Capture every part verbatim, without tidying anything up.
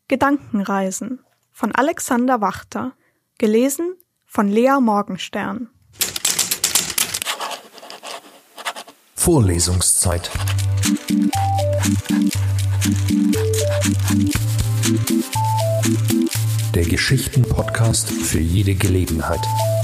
Gedankenreisen von Alexander Wachter, gelesen von Lea Morgenstern. Vorlesungszeit. Der Geschichten-Podcast für jede Gelegenheit.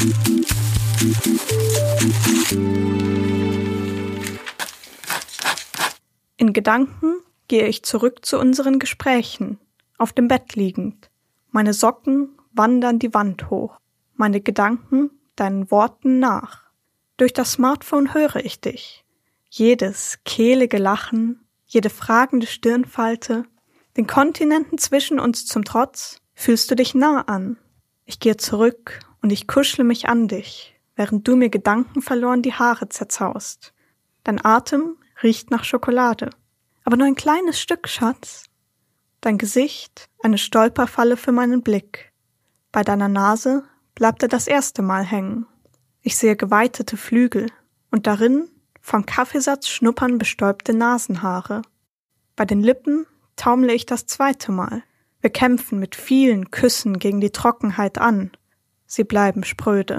In Gedanken gehe ich zurück zu unseren Gesprächen, auf dem Bett liegend. Meine Socken wandern die Wand hoch, meine Gedanken deinen Worten nach. Durch das Smartphone höre ich dich. Jedes kehlige Lachen, jede fragende Stirnfalte, den Kontinenten zwischen uns zum Trotz, fühlst du dich nah an. Ich gehe zurück und ich kuschle mich an dich, während du mir gedankenverloren die Haare zerzaust. Dein Atem riecht nach Schokolade. Aber nur ein kleines Stück, Schatz. Dein Gesicht, eine Stolperfalle für meinen Blick. Bei deiner Nase bleibt er das erste Mal hängen. Ich sehe geweitete Flügel und darin vom Kaffeesatz schnuppern bestäubte Nasenhaare. Bei den Lippen taumle ich das zweite Mal. Wir kämpfen mit vielen Küssen gegen die Trockenheit an. Sie bleiben spröde.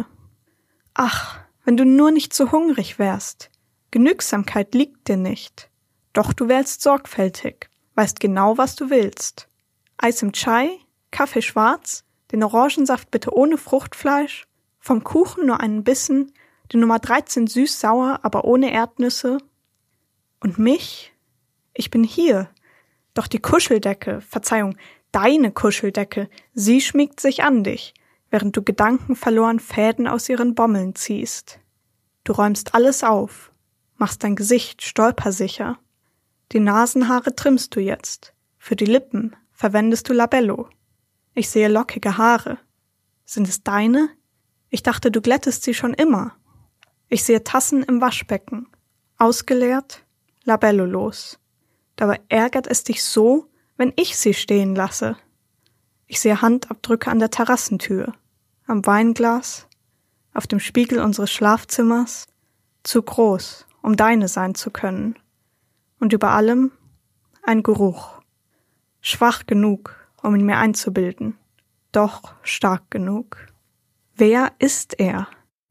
Ach, wenn du nur nicht so hungrig wärst. Genügsamkeit liegt dir nicht. Doch du wählst sorgfältig, weißt genau, was du willst. Eis im Chai, Kaffee schwarz, den Orangensaft bitte ohne Fruchtfleisch, vom Kuchen nur einen Bissen, die Nummer dreizehn süß-sauer, aber ohne Erdnüsse. Und mich? Ich bin hier. Doch die Kuscheldecke, Verzeihung, deine Kuscheldecke, sie schmiegt sich an dich, während du gedankenverloren Fäden aus ihren Bommeln ziehst. Du räumst alles auf, machst dein Gesicht stolpersicher. Die Nasenhaare trimmst du jetzt. Für die Lippen verwendest du Labello. Ich sehe lockige Haare. Sind es deine? Ich dachte, du glättest sie schon immer. Ich sehe Tassen im Waschbecken. Ausgeleert, labellolos. Dabei ärgert es dich so, wenn ich sie stehen lasse. Ich sehe Handabdrücke an der Terrassentür, am Weinglas, auf dem Spiegel unseres Schlafzimmers. Zu groß, um deine sein zu können. Und über allem ein Geruch. Schwach genug, um ihn mir einzubilden, doch stark genug. Wer ist er?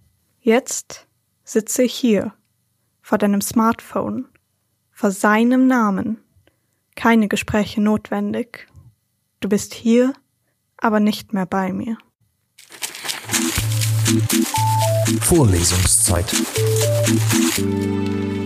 Jetzt sitze ich hier, vor deinem Smartphone, vor seinem Namen. Keine Gespräche notwendig. Du bist hier, aber nicht mehr bei mir. Vorlesungszeit.